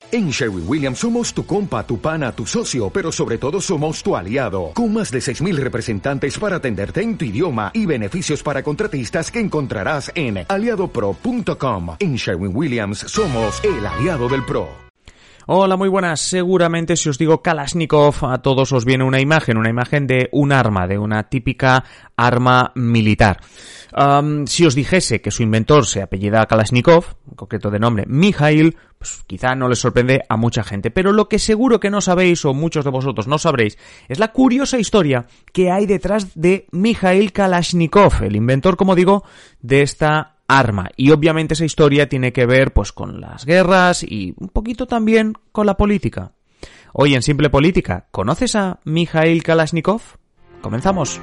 En Sherwin-Williams somos tu compa, tu pana, tu socio, pero sobre todo somos tu aliado, con más de 6,000 representantes para atenderte en tu idioma y beneficios para contratistas que encontrarás en aliadopro.com. En Sherwin-Williams somos el aliado del pro. Hola, muy buenas. Seguramente si os digo Kalashnikov, a todos os viene una imagen de un arma, de una típica arma militar. Si os dijese que su inventor se apellida Kalashnikov, en concreto de nombre Mikhail, pues quizá no les sorprende a mucha gente. Pero lo que seguro que no sabéis, o muchos de vosotros no sabréis, es la curiosa historia que hay detrás de Mikhail Kalashnikov, el inventor, como digo, de esta arma. Y obviamente esa historia tiene que ver pues con las guerras y un poquito también con la política. Hoy en Simple Política, ¿conoces a Mikhail Kalashnikov? Comenzamos.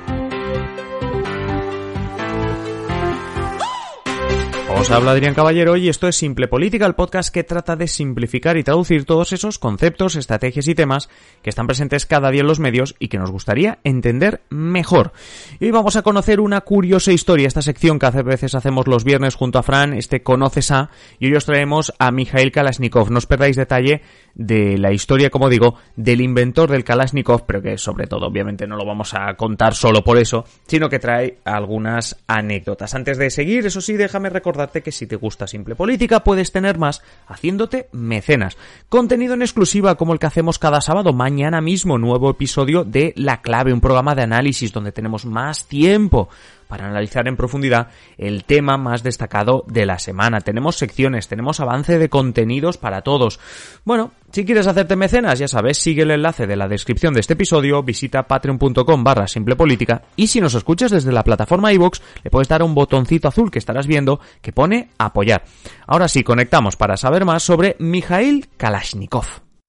Os habla Adrián Caballero y esto es Simple Política, el podcast que trata de simplificar y traducir todos esos conceptos, estrategias y temas que están presentes cada día en los medios y que nos gustaría entender mejor. Y hoy vamos a conocer una curiosa historia, esta sección que a veces hacemos los viernes junto a Fran, Conoces a, y hoy os traemos a Mikhail Kalashnikov. No os perdáis detalle de la historia, como digo, del inventor del Kalashnikov, pero que sobre todo obviamente no lo vamos a contar solo por eso, sino que trae algunas anécdotas. Antes de seguir, eso sí, déjame recordarte que si te gusta Simple Política puedes tener más haciéndote mecenas. Contenido en exclusiva como el que hacemos cada sábado. Mañana mismo nuevo episodio de La Clave, un programa de análisis donde tenemos más tiempo para analizar en profundidad el tema más destacado de la semana. Tenemos secciones, tenemos avance de contenidos para todos. Bueno, si quieres hacerte mecenas, ya sabes, sigue el enlace de la descripción de este episodio, visita patreon.com/simplepolítica y si nos escuchas desde la plataforma iVoox, le puedes dar a un botoncito azul que estarás viendo que pone apoyar. Ahora sí, conectamos para saber más sobre Mikhail Kalashnikov.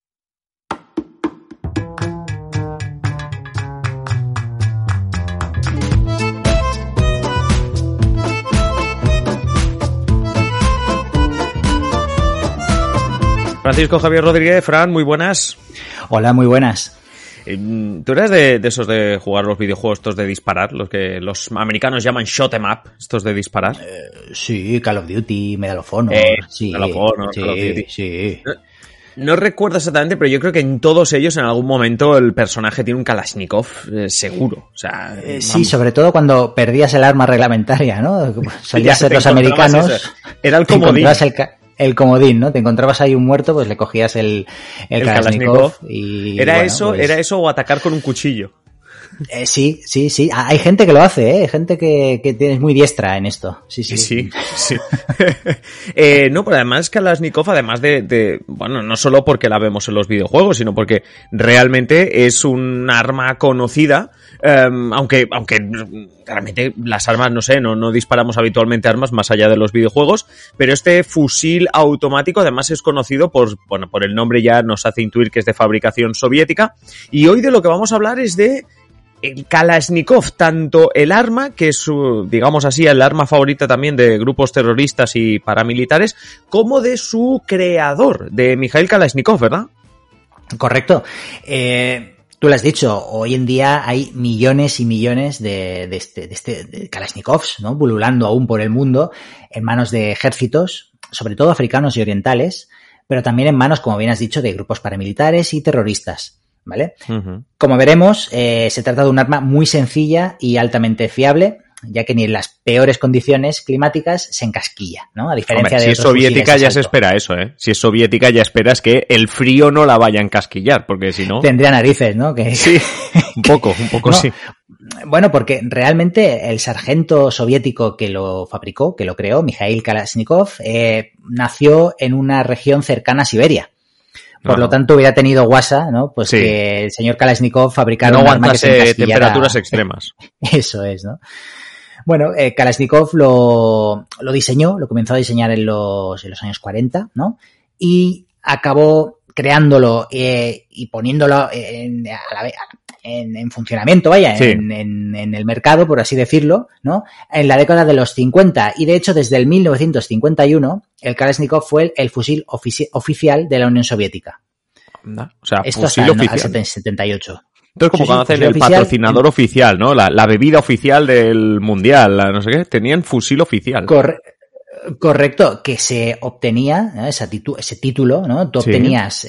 Francisco Javier Rodríguez, Fran, muy buenas. Hola, muy buenas. ¿Tú eres de esos de jugar los videojuegos, estos de disparar, los que los americanos llaman shoot 'em up, estos de disparar? Sí, Call of Duty, Medal of Honor. Sí, Medal of Honor, sí, Call of Duty. Sí. No recuerdo exactamente, pero yo creo que en todos ellos en algún momento el personaje tiene un Kalashnikov, seguro. O sea, sí, sobre todo cuando perdías el arma reglamentaria, ¿no? Solían ser los americanos. Eso. Era el comodín. El comodín, ¿no? Te encontrabas ahí un muerto, pues le cogías el Kalashnikov y... Era eso o atacar con un cuchillo. Sí. Hay gente que lo hace, Hay gente que es muy diestra en esto. Sí. No, pero además Kalashnikov, además de bueno, no solo porque la vemos en los videojuegos, sino porque realmente es un arma conocida, aunque realmente las armas, no sé, no disparamos habitualmente armas más allá de los videojuegos, pero este fusil automático además es conocido por el nombre ya nos hace intuir que es de fabricación soviética, y hoy de lo que vamos a hablar es de el Kalashnikov, tanto el arma, que es digamos así, el arma favorita también de grupos terroristas y paramilitares, como de su creador, de Mikhail Kalashnikov, ¿verdad? Correcto. Tú lo has dicho, hoy en día hay millones y millones de Kalashnikovs, ¿no? Pululando aún por el mundo, en manos de ejércitos, sobre todo africanos y orientales, pero también en manos, como bien has dicho, de grupos paramilitares y terroristas, ¿vale? Uh-huh. Como veremos, se trata de un arma muy sencilla y altamente fiable, ya que ni en las peores condiciones climáticas se encasquilla, ¿no? A diferencia de si es soviética ya se espera eso, ¿eh? Si es soviética ya esperas que el frío no la vaya a encasquillar, porque si no... Tendría narices, ¿no? Sí, un poco no, sí. Bueno, porque realmente el sargento soviético que lo fabricó, que lo creó, Mikhail Kalashnikov, nació en una región cercana a Siberia. Por lo tanto, hubiera tenido guasa, ¿no? Pues sí, que el señor Kalashnikov fabricara un arma que se encasquillara. Temperaturas extremas. Eso es, ¿no? Bueno, Kalashnikov lo diseñó, lo comenzó a diseñar en los años 40, ¿no? Y acabó creándolo y poniéndolo en funcionamiento, vaya, sí, en el mercado, por así decirlo, ¿no? En la década de los 50. Y de hecho, desde el 1951, el Kalashnikov fue el fusil oficial de la Unión Soviética. O sea, esto fusil hasta oficial. El 78. Entonces, como cuando hacen el patrocinador oficial, ¿no? La bebida oficial del mundial, no sé qué, tenían fusil oficial. Correcto, que se obtenía, ¿no? ese título, ¿no? Tú obtenías,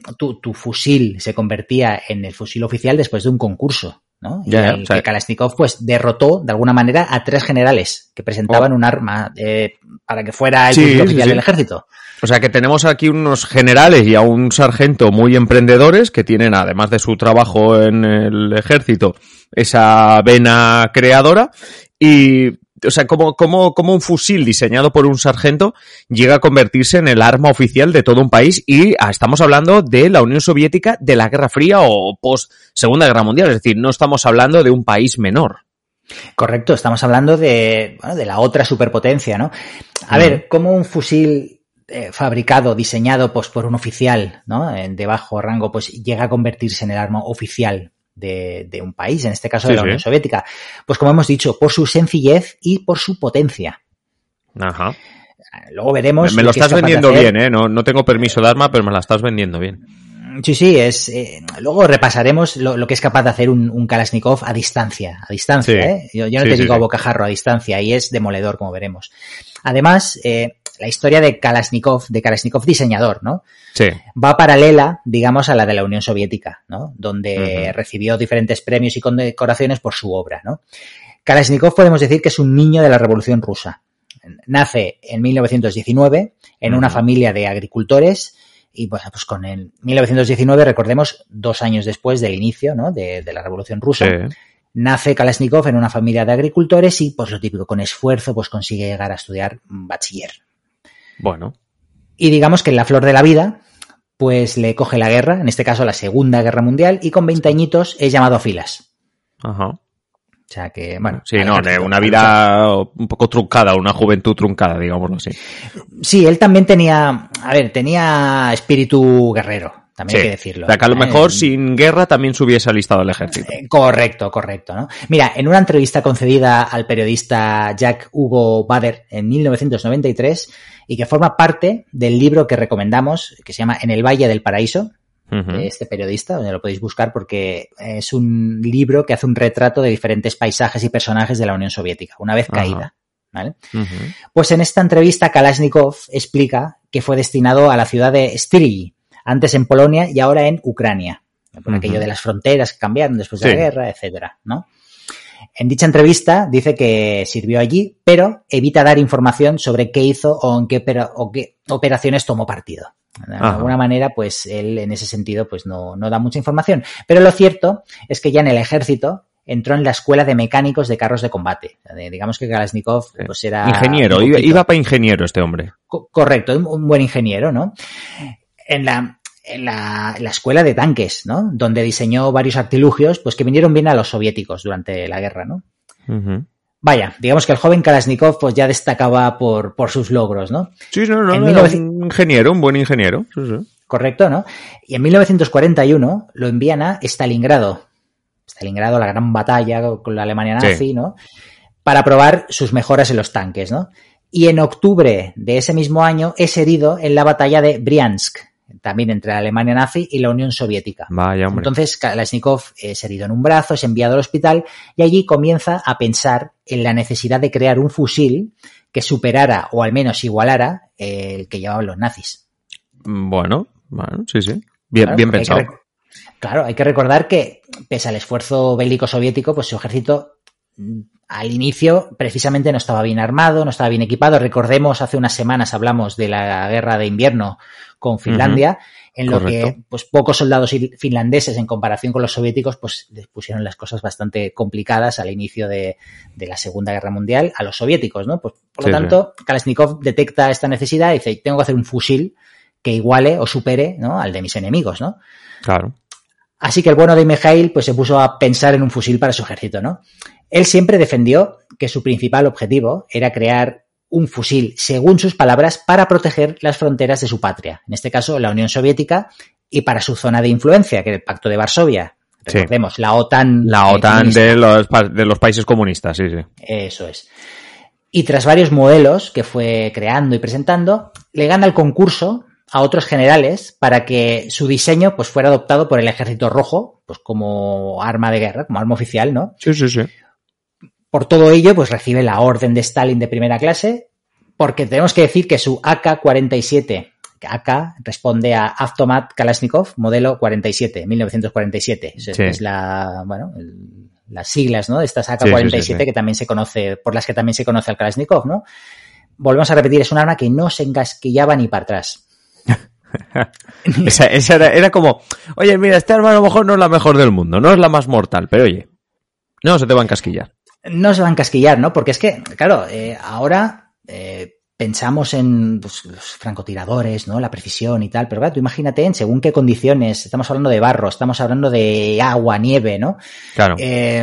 tu fusil se convertía en el fusil oficial después de un concurso, ¿no? Y que Kalashnikov pues derrotó de alguna manera a 3 generales que presentaban un arma para que fuera el fusil oficial del ejército. O sea que tenemos aquí unos generales y a un sargento muy emprendedores que tienen, además de su trabajo en el ejército, esa vena creadora y... O sea, como un fusil diseñado por un sargento llega a convertirse en el arma oficial de todo un país y estamos hablando de la Unión Soviética de la Guerra Fría o post-Segunda Guerra Mundial. Es decir, no estamos hablando de un país menor. Correcto, estamos hablando de la otra superpotencia, ¿no? A ver, ¿cómo un fusil fabricado, diseñado pues por un oficial, ¿no? De bajo rango, pues llega a convertirse en el arma oficial de un país, en este caso de la Unión Soviética? Pues como hemos dicho, por su sencillez y por su potencia. Ajá. Luego veremos... Me lo estás vendiendo bien, ¿eh? No tengo permiso de arma, pero me la estás vendiendo bien. Sí, luego repasaremos lo que es capaz de hacer un Kalashnikov a distancia, ¿eh? Yo no te digo a bocajarro, a distancia, y es demoledor, como veremos. Además, la historia de Kalashnikov diseñador, ¿no? Sí. Va paralela, digamos, a la de la Unión Soviética, ¿no? Donde recibió diferentes premios y condecoraciones por su obra, ¿no? Kalashnikov podemos decir que es un niño de la Revolución Rusa. Nace en 1919 en una familia de agricultores y pues con el 1919, recordemos, 2 años después del inicio, ¿no? de la Revolución Rusa. Sí. Nace Kalashnikov en una familia de agricultores y, pues lo típico, con esfuerzo, pues consigue llegar a estudiar bachiller. Bueno. Y digamos que en la flor de la vida, pues le coge la guerra, en este caso la Segunda Guerra Mundial, y con 20 añitos es llamado a filas. Ajá. O sea que, bueno... Sí, una vida un poco truncada, una juventud truncada, digámoslo así. Sí, él también tenía espíritu guerrero. También hay que decirlo. O sea, que a lo mejor sin guerra también se hubiese alistado al ejército. Correcto, ¿no? Mira, en una entrevista concedida al periodista Jack Hugo Bader en 1993 y que forma parte del libro que recomendamos, que se llama En el Valle del Paraíso, de este periodista, donde lo podéis buscar porque es un libro que hace un retrato de diferentes paisajes y personajes de la Unión Soviética, una vez caída. ¿Vale? Pues en esta entrevista Kalashnikov explica que fue destinado a la ciudad de Stryi, antes en Polonia y ahora en Ucrania, por aquello de las fronteras que cambiaron después de la guerra, etcétera, ¿no? En dicha entrevista dice que sirvió allí, pero evita dar información sobre qué hizo o en qué operaciones tomó partido. De alguna manera, pues él en ese sentido pues no da mucha información. Pero lo cierto es que ya en el ejército entró en la escuela de mecánicos de carros de combate. Digamos que Kalashnikov pues era... Ingeniero, iba para ingeniero este hombre. Correcto, un buen ingeniero, ¿no? En la escuela de tanques, ¿no? Donde diseñó varios artilugios, pues que vinieron bien a los soviéticos durante la guerra, ¿no? Vaya, digamos que el joven Kalashnikov pues ya destacaba por sus logros, ¿no? Sí, un buen ingeniero. Sí. Correcto, ¿no? Y en 1941 lo envían a Stalingrado, la gran batalla con la Alemania nazi, ¿no? Para probar sus mejoras en los tanques, ¿no? Y en octubre de ese mismo año es herido en la batalla de Briansk, también entre la Alemania nazi y la Unión Soviética. Vaya, hombre. Entonces Kalashnikov es herido en un brazo, es enviado al hospital y allí comienza a pensar en la necesidad de crear un fusil que superara o al menos igualara el que llevaban los nazis. Bueno, sí. Bien pensado. Hay que recordar que pese al esfuerzo bélico soviético, pues su ejército al inicio precisamente no estaba bien armado, no estaba bien equipado. Recordemos, hace unas semanas hablamos de la guerra de invierno con Finlandia, en lo que pues pocos soldados finlandeses en comparación con los soviéticos pues les pusieron las cosas bastante complicadas al inicio de la Segunda Guerra Mundial a los soviéticos, ¿no? Pues por lo tanto, Kalashnikov detecta esta necesidad y dice, tengo que hacer un fusil que iguale o supere, ¿no?, al de mis enemigos, ¿no? Claro. Así que el bueno de Mikhail pues se puso a pensar en un fusil para su ejército, ¿no? Él siempre defendió que su principal objetivo era crear un fusil, según sus palabras, para proteger las fronteras de su patria, en este caso la Unión Soviética, y para su zona de influencia, que era el Pacto de Varsovia. Recordemos, la OTAN. La OTAN de los países comunistas, sí. Eso es. Y tras varios modelos que fue creando y presentando, le gana el concurso a otros generales para que su diseño pues fuera adoptado por el Ejército Rojo, pues como arma de guerra, como arma oficial, ¿no? Sí. Por todo ello, pues recibe la Orden de Stalin de primera clase, Porque tenemos que decir que su AK-47, AK responde a Avtomat Kalashnikov, modelo 47, 1947. Es las siglas, ¿no? De estas AK-47 que también se conoce, por las que también se conoce al Kalashnikov, ¿no? Volvemos a repetir, es un arma que no se encasquillaba ni para atrás. esa era como, oye, mira, esta arma a lo mejor no es la mejor del mundo, no es la más mortal, pero oye, no se te va a encasquillar. No se va a encasquillar, ¿no? Porque es que, claro, ahora pensamos en pues, los francotiradores, ¿no? La precisión y tal, pero claro, tú imagínate en según qué condiciones, estamos hablando de barro, estamos hablando de agua, nieve, ¿no? Claro.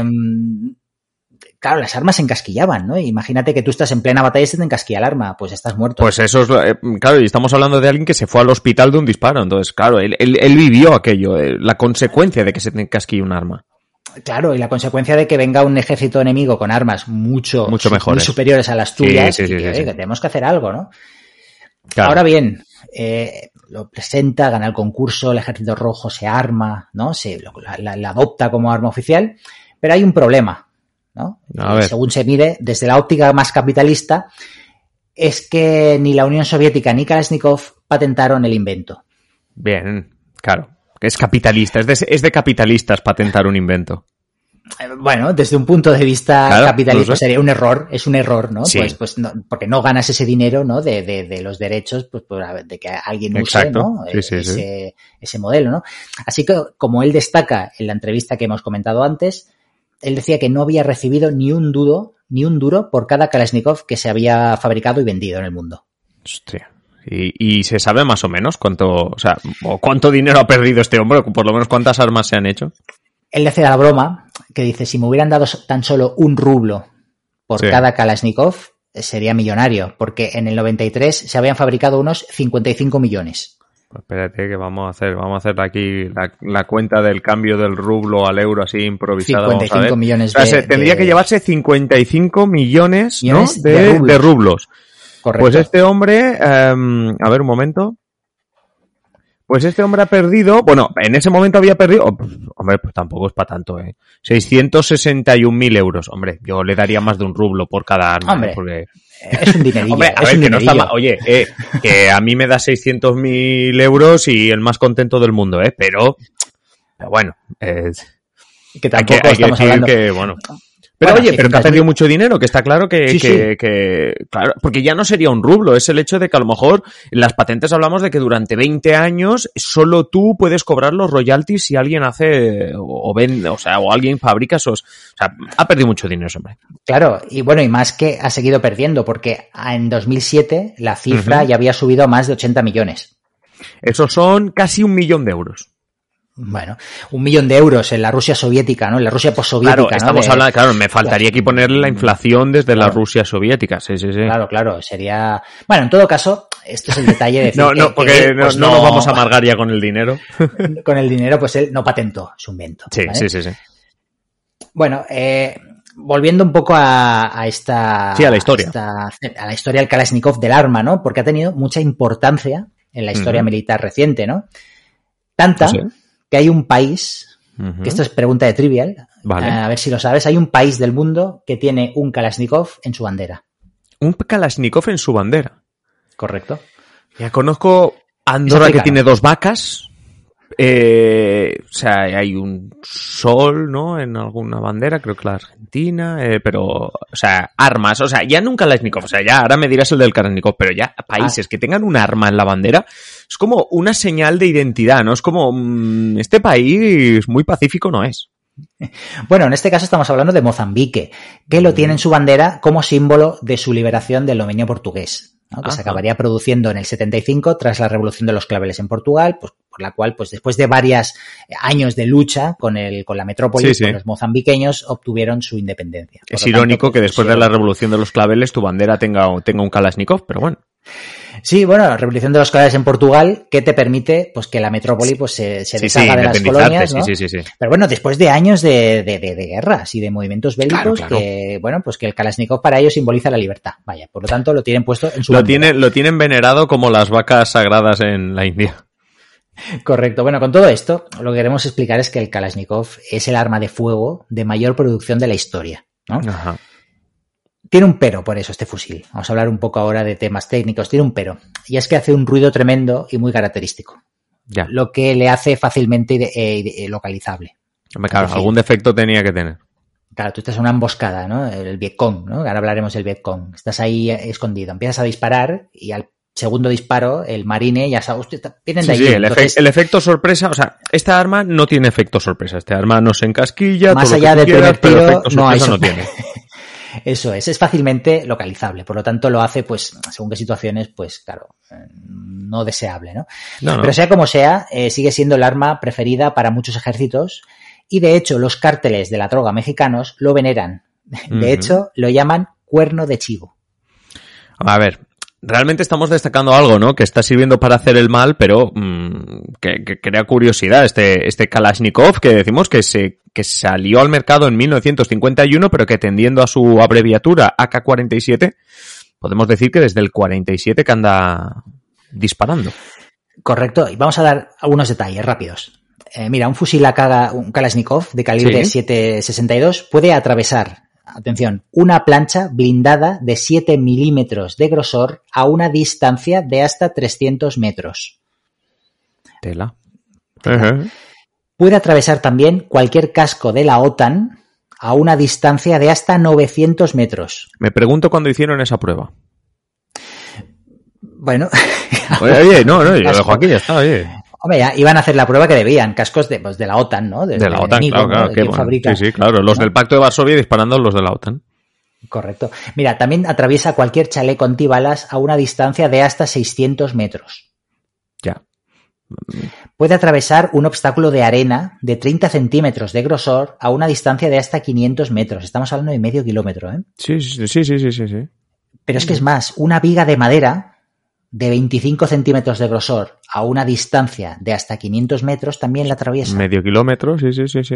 Claro, las armas se encasquillaban, ¿no? Imagínate que tú estás en plena batalla y se te encasquilla el arma, pues estás muerto. Pues eso es, claro, y estamos hablando de alguien que se fue al hospital de un disparo, entonces, claro, él vivió aquello, la consecuencia de que se te encasquille un arma. Claro, y la consecuencia de que venga un ejército enemigo con armas mucho mejores, muy superiores a las tuyas, sí, que tenemos que hacer algo, ¿no? Claro. Ahora bien, lo presenta, gana el concurso, el ejército rojo se arma, ¿no? La adopta como arma oficial, pero hay un problema, ¿no? Según se mire, desde la óptica más capitalista, es que ni la Unión Soviética ni Kalashnikov patentaron el invento. Bien, claro. Es capitalista, es de capitalistas patentar un invento. Bueno, desde un punto de vista capitalista sería un error, es un error, ¿no? Sí. Pues no, porque no ganas ese dinero, ¿no? De los derechos, pues de que alguien use, ¿no? Ese modelo, ¿no? Así que, como él destaca en la entrevista que hemos comentado antes, él decía que no había recibido ni un duro por cada Kalashnikov que se había fabricado y vendido en el mundo. Hostia. ¿Y se sabe más o menos cuánto dinero ha perdido este hombre? Por lo menos cuántas armas se han hecho. Él hace la broma que dice, si me hubieran dado tan solo un rublo por cada Kalashnikov, sería millonario, porque en el 93 se habían fabricado unos 55 millones. Pues espérate que vamos a hacer aquí la cuenta del cambio del rublo al euro así improvisada. 55 millones tendría que llevarse 55 millones, ¿no? de rublos. Correcto. Pues este hombre, a ver un momento. Pues este hombre ha perdido, bueno, en ese momento había perdido, hombre, pues tampoco es para tanto, 661.000 euros. Hombre, yo le daría más de un rublo por cada arma. Hombre, porque... es un dinerillo. Hombre, a ver, que no está mal. Oye, que a mí me da 600.000 euros y el más contento del mundo, pero bueno. Que tampoco hay estamos que decir hablando... que, bueno... Pero oye, pero que ha perdido mucho dinero, que está claro que claro, porque ya no sería un rublo, es el hecho de que a lo mejor en las patentes hablamos de que durante 20 años solo tú puedes cobrar los royalties si alguien hace o vende, o alguien fabrica esos, ha perdido mucho dinero ese hombre. Claro, y bueno, y más que ha seguido perdiendo, porque en 2007 la cifra ya había subido a más de 80 millones. Esos son casi 1 millón de euros. Bueno, 1 millón de euros en la Rusia soviética, ¿no? En la Rusia postsoviética, claro, estamos hablando, claro, me faltaría aquí ponerle la inflación desde la Rusia soviética, sí. Claro, sería... Bueno, en todo caso, esto es el detalle de decir porque no nos vamos a amargar ya con el dinero. Con el dinero, pues él no patentó su invento. Sí, ¿vale? sí. Bueno, volviendo un poco a esta... Sí, a la historia. A la historia del Kalashnikov del arma, ¿no? Porque ha tenido mucha importancia en la historia militar reciente, ¿no? Tanta... ¿Sí? Que hay un país, que esto es pregunta de Trivial, vale. A ver si lo sabes, hay un país del mundo que tiene un Kalashnikov en su bandera. ¿Un Kalashnikov en su bandera? Correcto. Ya conozco Andorra, que tiene 2 vacas, hay un sol, ¿no? En alguna bandera, creo que la Argentina, pero, armas, ya nunca Kalashnikov, ya ahora me dirás el del Kalashnikov, pero ya países que tengan un arma en la bandera, es como una señal de identidad, ¿no? Es como, este país muy pacífico no es. Bueno, en este caso estamos hablando de Mozambique, que lo tiene en su bandera como símbolo de su liberación del dominio portugués, ¿no? Que se acabaría produciendo en el 75 tras la revolución de los claveles en Portugal, pues por la cual, pues después de varios años de lucha con la metrópoli, pues los mozambiqueños obtuvieron su independencia. Es irónico que después de la revolución de los claveles tu bandera tenga un Kalashnikov, pero bueno. Sí, bueno, la revolución de los claveles en Portugal, que te permite pues que la metrópoli pues se deshaga de las colonias, ¿no? Sí. Pero bueno, después de años de guerras y de movimientos bélicos, claro. Que bueno, pues que el Kalashnikov para ellos simboliza la libertad. Vaya, por lo tanto lo tienen puesto en su bandera. Lo tienen venerado como las vacas sagradas en la India. Correcto. Bueno, con todo esto, lo que queremos explicar es que el Kalashnikov es el arma de fuego de mayor producción de la historia, ¿no? Ajá. Tiene un pero por eso este fusil. Vamos a hablar un poco ahora de temas técnicos. Tiene un pero. Y es que hace un ruido tremendo y muy característico. Ya. Lo que le hace fácilmente localizable. Claro, algún defecto tenía que tener. Claro, tú estás en una emboscada, ¿no? El Vietcong, ¿no? Ahora hablaremos del Vietcong. Estás ahí escondido. Empiezas a disparar y al segundo disparo, el marine ya sabe, vienen de allí. Sí, el efecto sorpresa, o sea, esta arma no tiene efecto sorpresa. Esta arma no se encasquilla. Más allá del primer tiro, no hay no tiene. Eso es fácilmente localizable, por lo tanto lo hace, pues, según qué situaciones, pues, claro, no deseable, ¿no? Pero sea como sea, sigue siendo el arma preferida para muchos ejércitos y, de hecho, los cárteles de la droga mexicanos lo veneran. De hecho, lo llaman cuerno de chivo. A ver, realmente estamos destacando algo, ¿no? Que está sirviendo para hacer el mal, pero que crea curiosidad. Este Kalashnikov que decimos que salió al mercado en 1951, pero que tendiendo a su abreviatura AK-47, podemos decir que desde el 47 que anda disparando. Correcto. Y vamos a dar algunos detalles rápidos. Mira, un fusil AK, un Kalashnikov de calibre 7.62 puede atravesar, atención, una plancha blindada de 7 milímetros de grosor a una distancia de hasta 300 metros. Tela. Puede atravesar también cualquier casco de la OTAN a una distancia de hasta 900 metros. Me pregunto cuándo hicieron esa prueba. Bueno. Oye, no, yo lo dejo aquí, ya está, oye. Hombre, ya iban a hacer la prueba que debían, cascos de la OTAN, ¿no? De la OTAN, enemigo, claro, ¿no? qué bueno. Fabrica, sí, claro, los del Pacto de Varsovia disparando los de la OTAN. Correcto. Mira, también atraviesa cualquier chaleco antibalas a una distancia de hasta 600 metros. Ya. Puede atravesar un obstáculo de arena de 30 centímetros de grosor a una distancia de hasta 500 metros. Estamos hablando de medio kilómetro, ¿eh? Sí. Pero es que es más, una viga de madera de 25 centímetros de grosor a una distancia de hasta 500 metros también la atraviesa. Medio kilómetro, sí.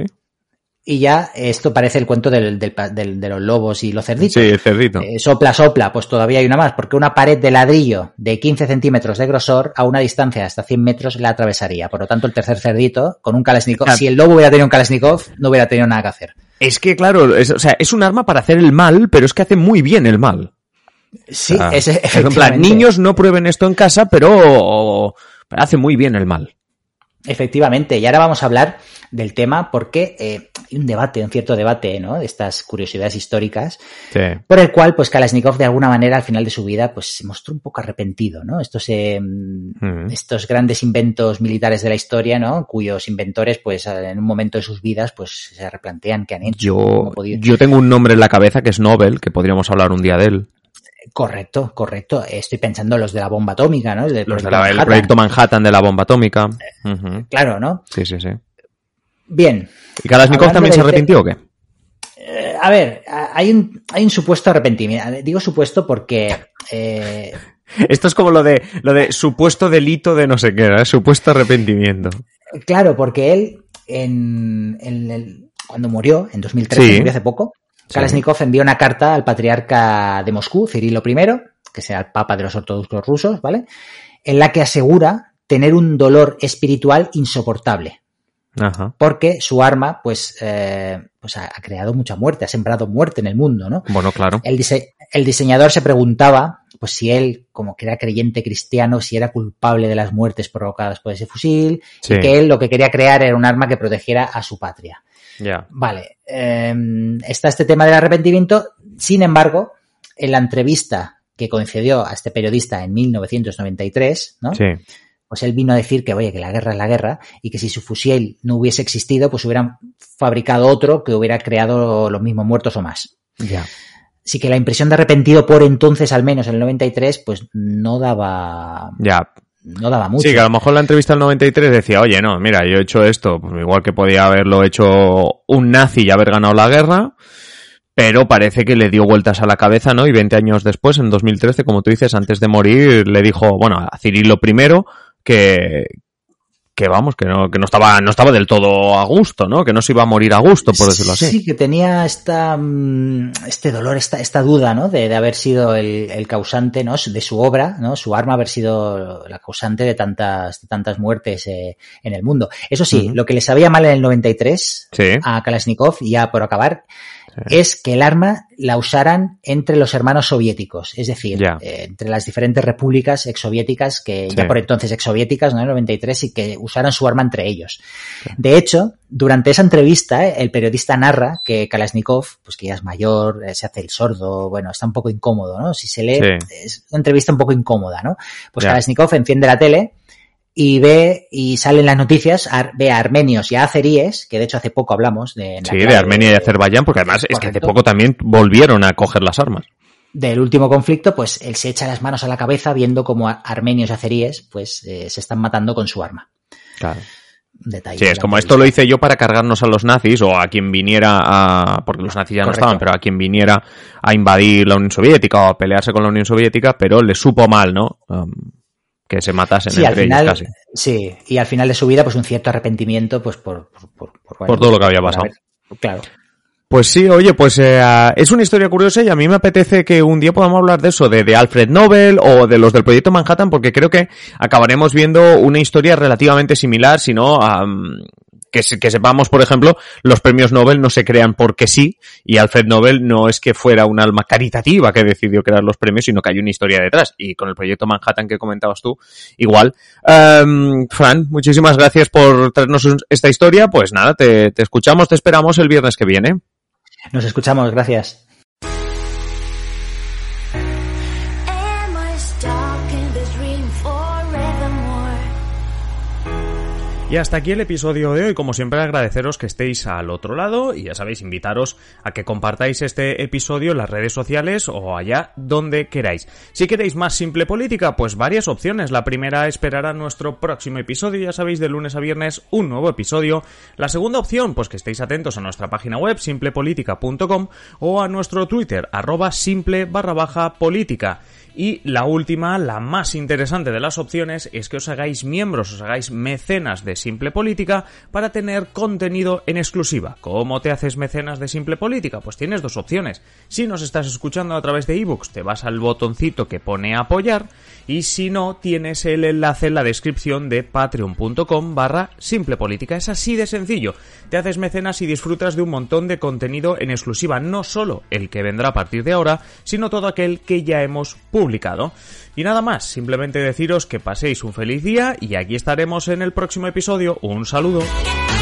Y ya esto parece el cuento de los lobos y los cerditos. Sí, el cerdito. Sopla, pues todavía hay una más, porque una pared de ladrillo de 15 centímetros de grosor a una distancia de hasta 100 metros la atravesaría. Por lo tanto, el tercer cerdito, con un Kalashnikov, si el lobo hubiera tenido un Kalashnikov, no hubiera tenido nada que hacer. Es que, claro, es un arma para hacer el mal, pero es que hace muy bien el mal. Sí, efectivamente. En plan, niños no prueben esto en casa, pero hace muy bien el mal. Efectivamente, y ahora vamos a hablar del tema porque hay un cierto debate, ¿no? De estas curiosidades históricas, por el cual, pues, Kalashnikov, de alguna manera, al final de su vida, pues, se mostró un poco arrepentido, ¿no? Estos grandes inventos militares de la historia, ¿no? Cuyos inventores, pues, en un momento de sus vidas, pues, se replantean qué han hecho. Yo tengo un nombre en la cabeza que es Nobel, que podríamos hablar un día de él. Correcto. Estoy pensando en los de la bomba atómica, ¿no? El proyecto Manhattan de la bomba atómica. Claro, ¿no? Sí. Bien. ¿Y Kalashnikov también se arrepintió o qué? A ver, hay un supuesto arrepentimiento. Digo supuesto porque... Esto es como lo de supuesto delito de no sé qué, ¿eh? Supuesto arrepentimiento. Claro, porque él cuando murió, en 2013, murió hace poco, Kalashnikov envió una carta al patriarca de Moscú, Cirilo I, que sea el papa de los ortodoxos rusos, ¿vale? En la que asegura tener un dolor espiritual insoportable. Ajá. Porque su arma, pues ha creado mucha muerte, ha sembrado muerte en el mundo, ¿no? Bueno, claro. El diseñador se preguntaba, pues, si él, como que era creyente cristiano, si era culpable de las muertes provocadas por ese fusil, y que él lo que quería crear era un arma que protegiera a su patria. Ya. Vale, está este tema del arrepentimiento. Sin embargo, en la entrevista que concedió a este periodista en 1993, ¿no? Sí. Pues él vino a decir que, oye, que la guerra es la guerra y que si su fusil no hubiese existido, pues hubieran fabricado otro que hubiera creado los mismos muertos o más. Ya. Así que la impresión de arrepentido por entonces, al menos en el 93, pues no daba... Ya. No daba mucho. Sí, que a lo mejor la entrevista del 93 decía, oye, no, mira, yo he hecho esto, pues igual que podía haberlo hecho un nazi y haber ganado la guerra, pero parece que le dio vueltas a la cabeza, ¿no? Y 20 años después, en 2013, como tú dices, antes de morir, le dijo, bueno, a Cirilo I, que vamos, que no estaba del todo a gusto, ¿no? Que no se iba a morir a gusto, por decirlo así. Sí, que tenía este dolor, esta duda, ¿no? De haber sido el causante, ¿no? De su obra, ¿no? Su arma haber sido la causante de tantas muertes en el mundo. Eso sí, lo que le sabía mal en el 93 a Kalashnikov, ya por acabar, es que el arma la usaran entre los hermanos soviéticos, es decir, entre las diferentes repúblicas exsoviéticas, que ya por entonces exsoviéticas, ¿no? En el 93, y que usaran su arma entre ellos. De hecho, durante esa entrevista, el periodista narra que Kalashnikov, pues que ya es mayor, se hace el sordo, bueno, está un poco incómodo, ¿no? Si se lee, es una entrevista un poco incómoda, ¿no? Pues Kalashnikov enciende la tele y ve y salen las noticias, ve a armenios y a azeríes, que de hecho hace poco hablamos de Armenia y Azerbaiyán, porque además es que hace poco también volvieron a coger las armas. Del último conflicto, pues él se echa las manos a la cabeza viendo como armenios y azeríes pues se están matando con su arma. Claro. Detalle. Sí, es como esto lo hice yo para cargarnos a los nazis o a quien viniera a... porque los nazis ya no estaban, pero a quien viniera a invadir la Unión Soviética o a pelearse con la Unión Soviética, pero le supo mal, ¿no? Que se matasen entre ellos casi. Sí, y al final de su vida, pues un cierto arrepentimiento, pues por todo lo que había pasado. Claro. Pues sí, oye, pues es una historia curiosa y a mí me apetece que un día podamos hablar de eso, de Alfred Nobel o de los del Proyecto Manhattan, porque creo que acabaremos viendo una historia relativamente similar, si no... que sepamos, por ejemplo, los premios Nobel no se crean porque sí, y Alfred Nobel no es que fuera un alma caritativa que decidió crear los premios, sino que hay una historia detrás. Y con el Proyecto Manhattan que comentabas tú, igual. Fran, muchísimas gracias por traernos esta historia. Pues nada, te escuchamos, te esperamos el viernes que viene. Nos escuchamos, gracias. Y hasta aquí el episodio de hoy. Como siempre, agradeceros que estéis al otro lado y ya sabéis, invitaros a que compartáis este episodio en las redes sociales o allá donde queráis. Si queréis más Simple Política, pues varias opciones. La primera, esperar a nuestro próximo episodio, ya sabéis, de lunes a viernes un nuevo episodio. La segunda opción, pues que estéis atentos a nuestra página web simplepolitica.com o a nuestro Twitter @simple_política. Y la última, la más interesante de las opciones, es que os hagáis miembros, os hagáis mecenas de Simple Política para tener contenido en exclusiva. ¿Cómo te haces mecenas de Simple Política? Pues tienes dos opciones. Si nos estás escuchando a través de ebooks, te vas al botoncito que pone apoyar, y si no, tienes el enlace en la descripción de patreon.com/simplepolítica. Es así de sencillo. Te haces mecenas y disfrutas de un montón de contenido en exclusiva, no solo el que vendrá a partir de ahora, sino todo aquel que ya hemos publicado. Y nada más, simplemente deciros que paséis un feliz día y aquí estaremos en el próximo episodio. Un saludo.